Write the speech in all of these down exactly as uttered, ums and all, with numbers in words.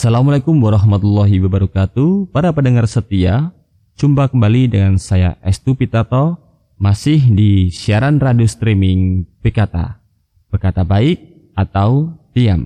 Assalamualaikum warahmatullahi wabarakatuh. Para pendengar setia, jumpa kembali dengan saya Estu Pitato, masih di siaran radio streaming Berkata. Berkata baik atau diam.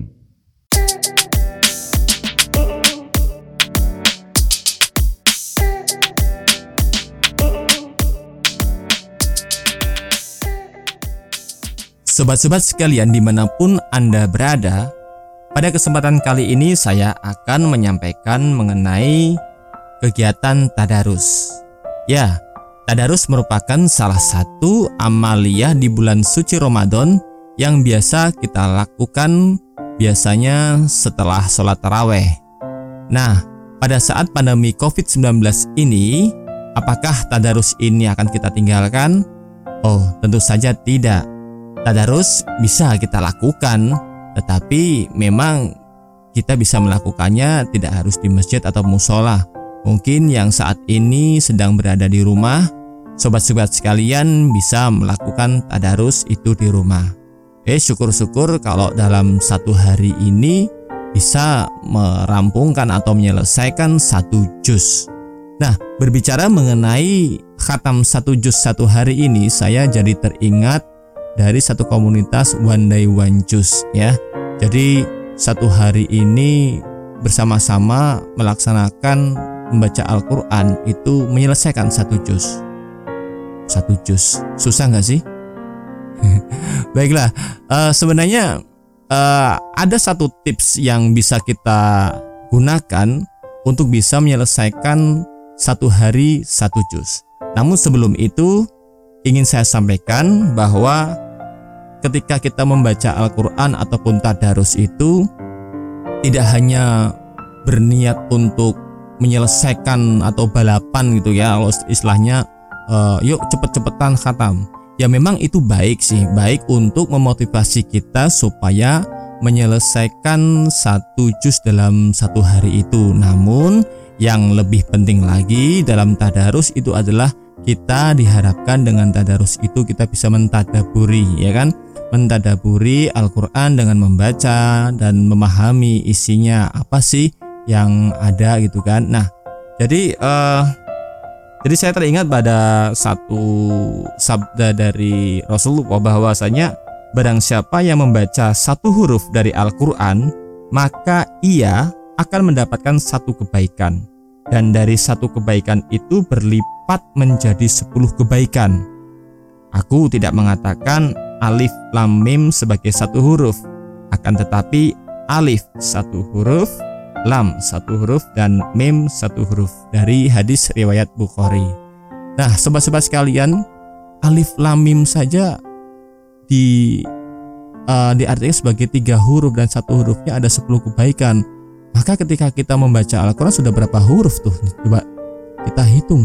Sobat-sobat sekalian dimanapun Anda berada, pada kesempatan kali ini saya akan menyampaikan mengenai kegiatan tadarus. Ya, tadarus merupakan salah satu amaliyah di bulan suci Ramadan yang biasa kita lakukan biasanya setelah sholat taraweh. Nah, pada saat pandemi covid sembilan belas ini, apakah tadarus ini akan kita tinggalkan? Oh, tentu saja tidak. Tadarus bisa kita lakukan, tetapi memang kita bisa melakukannya tidak harus di masjid atau musola. Mungkin yang saat ini sedang berada di rumah, sobat-sobat sekalian bisa melakukan tadarus itu di rumah. Eh syukur-syukur kalau dalam satu hari ini bisa merampungkan atau menyelesaikan satu juz. Nah, berbicara mengenai khatam satu juz satu hari ini, saya jadi teringat dari satu komunitas One Day One Juz ya. Jadi satu hari ini bersama-sama melaksanakan membaca Al-Quran itu menyelesaikan satu juz. Satu juz, susah nggak sih? Baiklah, uh, sebenarnya uh, ada satu tips yang bisa kita gunakan untuk bisa menyelesaikan satu hari satu juz. Namun sebelum itu ingin saya sampaikan bahwa ketika kita membaca Al-Quran ataupun tadarus itu tidak hanya berniat untuk menyelesaikan atau balapan gitu ya, kalau istilahnya uh, yuk cepet-cepetan khatam. Ya memang itu baik sih, baik untuk memotivasi kita supaya menyelesaikan satu juz dalam satu hari itu. Namun yang lebih penting lagi dalam tadarus itu adalah kita diharapkan dengan tadarus itu kita bisa mentadaburi, ya kan? Mentadaburi Al-Quran dengan membaca dan memahami isinya apa sih yang ada gitu kan. Nah, jadi uh, jadi saya teringat pada satu sabda dari Rasulullah bahwasanya barang siapa yang membaca satu huruf dari Al-Quran, maka ia akan mendapatkan satu kebaikan, dan dari satu kebaikan itu berlipat menjadi sepuluh kebaikan. Aku tidak mengatakan alif lam mim sebagai satu huruf, akan tetapi alif satu huruf, lam satu huruf, dan mim satu huruf dari hadis riwayat Bukhari. Nah, sobat-sobat sekalian, alif lam mim saja di uh, diartikan sebagai tiga huruf dan satu hurufnya ada sepuluh kebaikan. Maka ketika kita membaca Al-Quran sudah berapa huruf tuh? Coba kita hitung.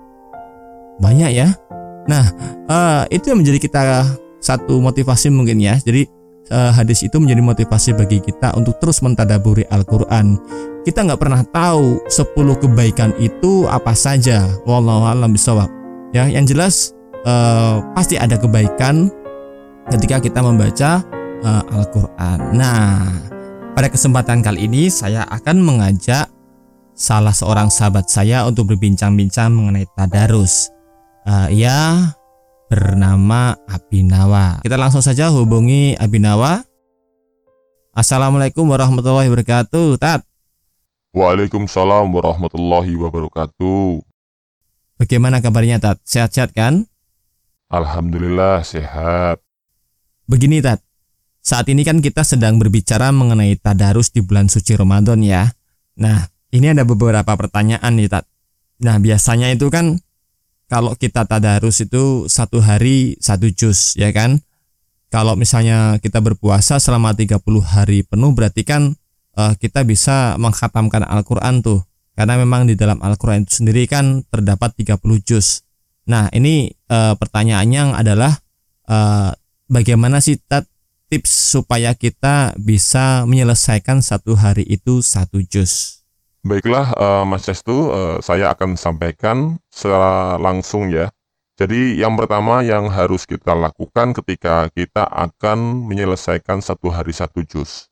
Banyak ya. Nah, uh, itu yang menjadi kita satu motivasi mungkin ya. Jadi uh, hadis itu menjadi motivasi bagi kita untuk terus mentadaburi Al-Quran. Kita nggak pernah tahu sepuluh kebaikan itu apa saja. Wallahu a'lam bishawab. Ya, yang jelas uh, pasti ada kebaikan ketika kita membaca uh, Al-Quran. Nah, pada kesempatan kali ini saya akan mengajak salah seorang sahabat saya untuk berbincang-bincang mengenai tadarus. Uh, ya. Bernama Abinawa. Kita langsung saja hubungi Abinawa. Assalamualaikum warahmatullahi wabarakatuh, Tat. Waalaikumsalam warahmatullahi wabarakatuh. Bagaimana kabarnya, Tat? Sehat-sehat kan? Alhamdulillah sehat. Begini, Tat. Saat ini kan kita sedang berbicara mengenai tadarus di bulan suci Ramadan ya. Nah, ini ada beberapa pertanyaan nih, Tat. Nah, biasanya itu kan kalau kita tadarus itu satu hari satu juz, ya kan? Kalau misalnya kita berpuasa selama tiga puluh hari penuh, berarti kan uh, kita bisa mengkhatamkan Al-Quran tuh. Karena memang di dalam Al-Quran itu sendiri kan terdapat tiga puluh juz. Nah, ini uh, pertanyaannya adalah uh, bagaimana sih Tat, tips supaya kita bisa menyelesaikan satu hari itu satu juz? Baiklah uh, Mas Estu, uh, saya akan sampaikan secara langsung ya. Jadi yang pertama yang harus kita lakukan ketika kita akan menyelesaikan satu hari satu juz,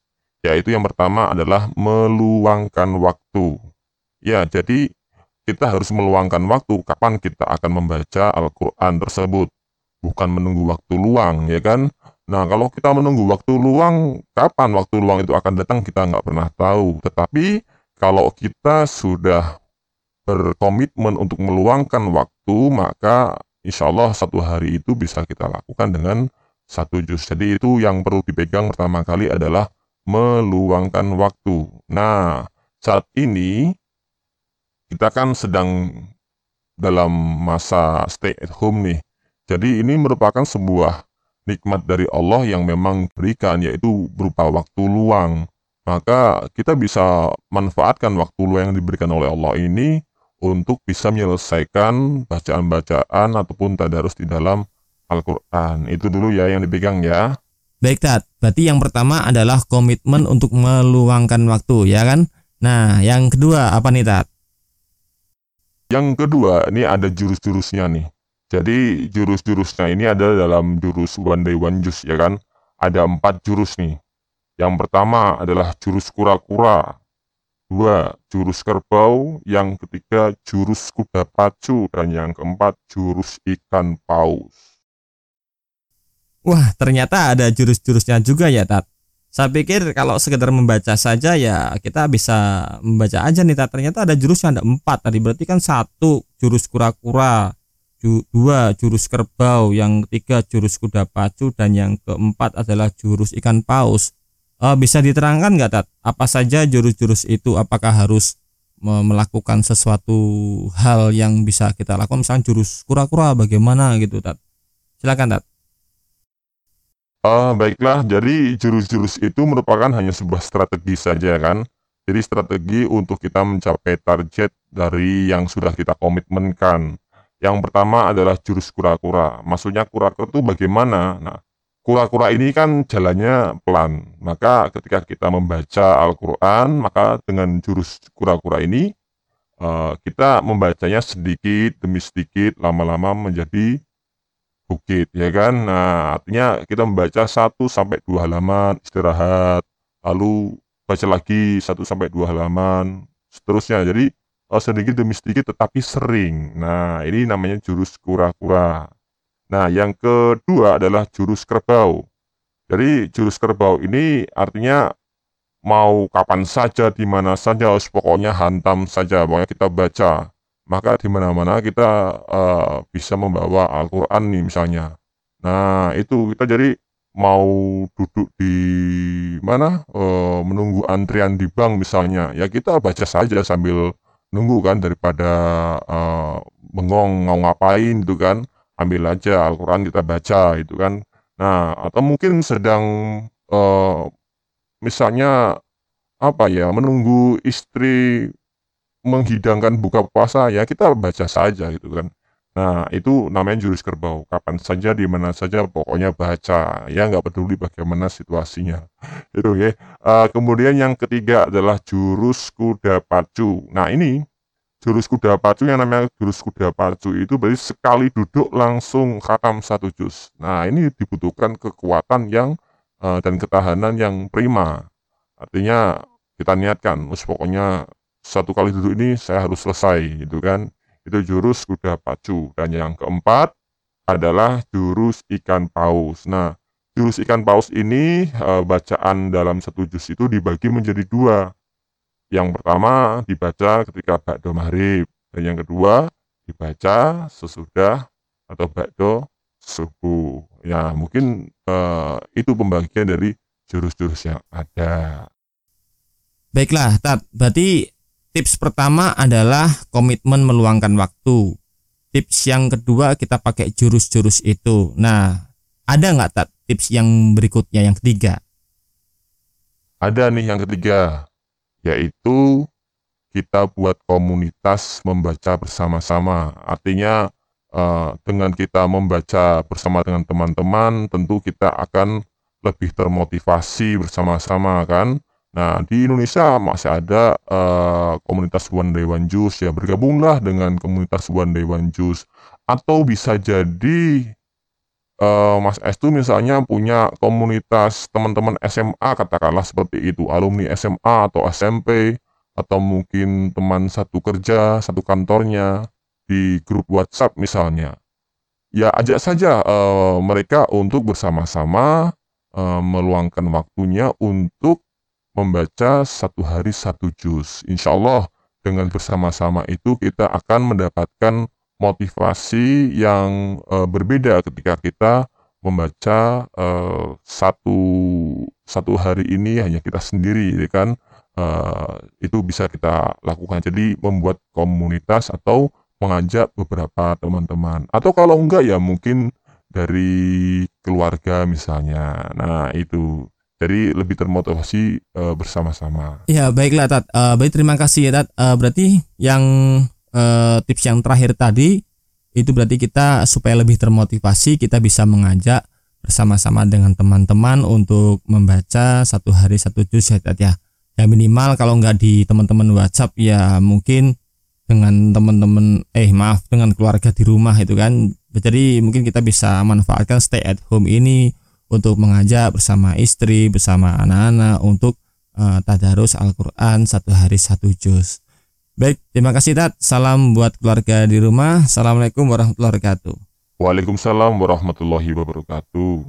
Yaitu yang pertama adalah meluangkan waktu. Ya, jadi kita harus meluangkan waktu kapan kita akan membaca Al-Quran tersebut. Bukan menunggu waktu luang, ya kan? Nah, kalau kita menunggu waktu luang, kapan waktu luang itu akan datang kita nggak pernah tahu. Tetapi kalau kita sudah berkomitmen untuk meluangkan waktu, maka insya Allah satu hari itu bisa kita lakukan dengan satu juz. Jadi itu yang perlu dipegang pertama kali adalah meluangkan waktu. Nah, saat ini kita kan sedang dalam masa stay at home nih. Jadi ini merupakan sebuah nikmat dari Allah yang memang berikan, yaitu berupa waktu luang. Maka kita bisa manfaatkan waktu luang yang diberikan oleh Allah ini untuk bisa menyelesaikan bacaan-bacaan ataupun tadarus di dalam Al-Quran. Itu dulu ya yang dipegang ya. Baik Tat, berarti yang pertama adalah komitmen untuk meluangkan waktu, ya kan? Nah, yang kedua apa nih Tat? Yang kedua, ini ada jurus-jurusnya nih. Jadi jurus-jurusnya ini ada dalam jurus One Day One Juz, ya kan? Ada empat jurus nih. Yang pertama adalah jurus kura-kura. Dua, jurus kerbau. Yang ketiga, jurus kuda pacu. Dan yang keempat, jurus ikan paus. Wah, ternyata ada jurus-jurusnya juga ya Tat. Saya pikir kalau sekedar membaca saja ya kita bisa membaca aja nih Tat. Ternyata ada jurusnya, ada empat tadi. Berarti kan satu jurus kura-kura, ju- dua jurus kerbau, yang ketiga jurus kuda pacu, dan yang keempat adalah jurus ikan paus. Eh, bisa diterangkan nggak Tat? Apa saja jurus-jurus itu? Apakah harus me- melakukan sesuatu hal yang bisa kita lakukan? Misalnya jurus kura-kura bagaimana gitu Tat? Silakan Tat. Ah, baiklah, jadi jurus-jurus itu merupakan hanya sebuah strategi saja kan. Jadi strategi untuk kita mencapai target dari yang sudah kita komitmenkan. Yang pertama adalah jurus kura-kura. Maksudnya kura-kura itu bagaimana? Nah, kura-kura ini kan jalannya pelan. Maka ketika kita membaca Al-Quran, maka dengan jurus kura-kura ini, eh, kita membacanya sedikit demi sedikit, lama-lama menjadi bukit, ya kan? Nah, artinya kita membaca satu sampai dua halaman, istirahat, lalu baca lagi satu sampai dua halaman, seterusnya. Jadi eh, sedikit demi sedikit tetapi sering. Nah, ini namanya jurus kura-kura. Nah, yang kedua adalah jurus kerbau. Jadi jurus kerbau ini artinya mau kapan saja, di mana saja, pokoknya hantam saja, pokoknya kita baca. Maka di mana-mana kita eh, bisa membawa Al-Quran nih misalnya. Nah, itu kita jadi mau duduk di mana, eh, menunggu antrian di bank misalnya, ya kita baca saja sambil nunggu kan, daripada eh, bengong mau ngapain gitu kan, ambil aja Al-Quran kita baca itu kan. Nah, atau mungkin sedang eh, misalnya apa ya, menunggu istri menghidangkan buka puasa, ya kita baca saja gitu kan. Nah, itu namanya jurus kerbau. Kapan saja, di mana saja, pokoknya baca. Ya, nggak peduli bagaimana situasinya. Itu ya. Eh, kemudian yang ketiga adalah jurus kuda pacu. Nah, ini jurus kuda pacu, yang namanya jurus kuda pacu itu berarti sekali duduk langsung khatam satu juz. Nah, ini dibutuhkan kekuatan yang eh, dan ketahanan yang prima. Artinya kita niatkan, us pokoknya satu kali duduk ini saya harus selesai gitu kan. Itu jurus kuda pacu. Dan yang keempat adalah jurus ikan paus. Nah, jurus ikan paus ini eh, bacaan dalam satu juz itu dibagi menjadi dua. Yang pertama dibaca ketika ba'da maghrib, dan yang kedua dibaca sesudah atau ba'da subuh. Ya, mungkin eh, itu pembagian dari jurus-jurus yang ada. Baiklah Tat, berarti tips pertama adalah komitmen meluangkan waktu. Tips yang kedua kita pakai jurus-jurus itu. Nah, ada nggak Tat tips yang berikutnya, yang ketiga? Ada nih yang ketiga, yaitu kita buat komunitas membaca bersama-sama. Artinya eh, dengan kita membaca bersama dengan teman-teman, tentu kita akan lebih termotivasi bersama-sama kan. Nah, di Indonesia masih ada eh, komunitas One Day One Juz, ya bergabunglah dengan komunitas One Day One Juz. Atau bisa jadi uh, Mas Estu misalnya punya komunitas teman-teman S M A, katakanlah seperti itu, alumni S M A atau S M P, atau mungkin teman satu kerja, satu kantornya, di grup WhatsApp misalnya. Ya ajak saja uh, mereka untuk bersama-sama uh, meluangkan waktunya untuk membaca satu hari satu juz. Insya Allah dengan bersama-sama itu kita akan mendapatkan motivasi yang uh, berbeda ketika kita membaca uh, satu satu hari ini hanya kita sendiri, ya kan? Uh, itu bisa kita lakukan. Jadi membuat komunitas atau mengajak beberapa teman-teman, atau kalau enggak ya mungkin dari keluarga misalnya. Nah itu, jadi lebih termotivasi uh, bersama-sama. Ya baiklah Tat, uh, baik terima kasih ya Tat. Uh, berarti yang uh, tips yang terakhir tadi itu berarti kita supaya lebih termotivasi kita bisa mengajak bersama-sama dengan teman-teman untuk membaca satu hari satu juz ya Tat ya. Ya minimal kalau enggak di teman-teman WhatsApp ya mungkin dengan teman-teman eh maaf dengan keluarga di rumah itu kan. Jadi mungkin kita bisa manfaatkan stay at home ini untuk mengajak bersama istri, bersama anak-anak untuk uh, tadarus Al-Qur'an satu hari satu juz. Baik, terima kasih Tat. Salam buat keluarga di rumah. Assalamualaikum warahmatullahi wabarakatuh. Waalaikumsalam warahmatullahi wabarakatuh.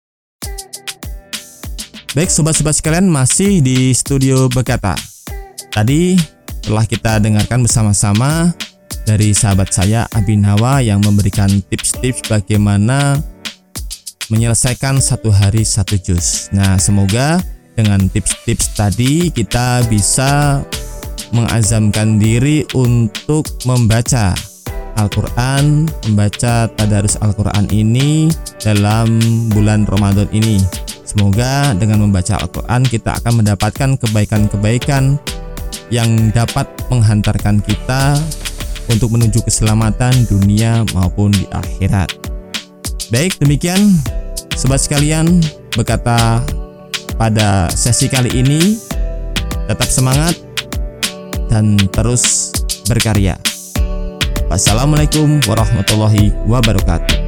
Baik sobat-sobat sekalian, masih di studio Bekata. Tadi telah kita dengarkan bersama-sama dari sahabat saya Abi Nawa yang memberikan tips-tips bagaimana menyelesaikan satu hari satu juz. Nah semoga dengan tips-tips tadi kita bisa mengazamkan diri untuk membaca Al-Quran, membaca tadarus Al-Quran ini dalam bulan Ramadan ini. Semoga dengan membaca Al-Quran kita akan mendapatkan kebaikan-kebaikan yang dapat menghantarkan kita untuk menuju keselamatan dunia maupun di akhirat. Baik, demikian sobat sekalian, Bekata pada sesi kali ini. Tetap semangat dan terus berkarya. Wassalamualaikum warahmatullahi wabarakatuh.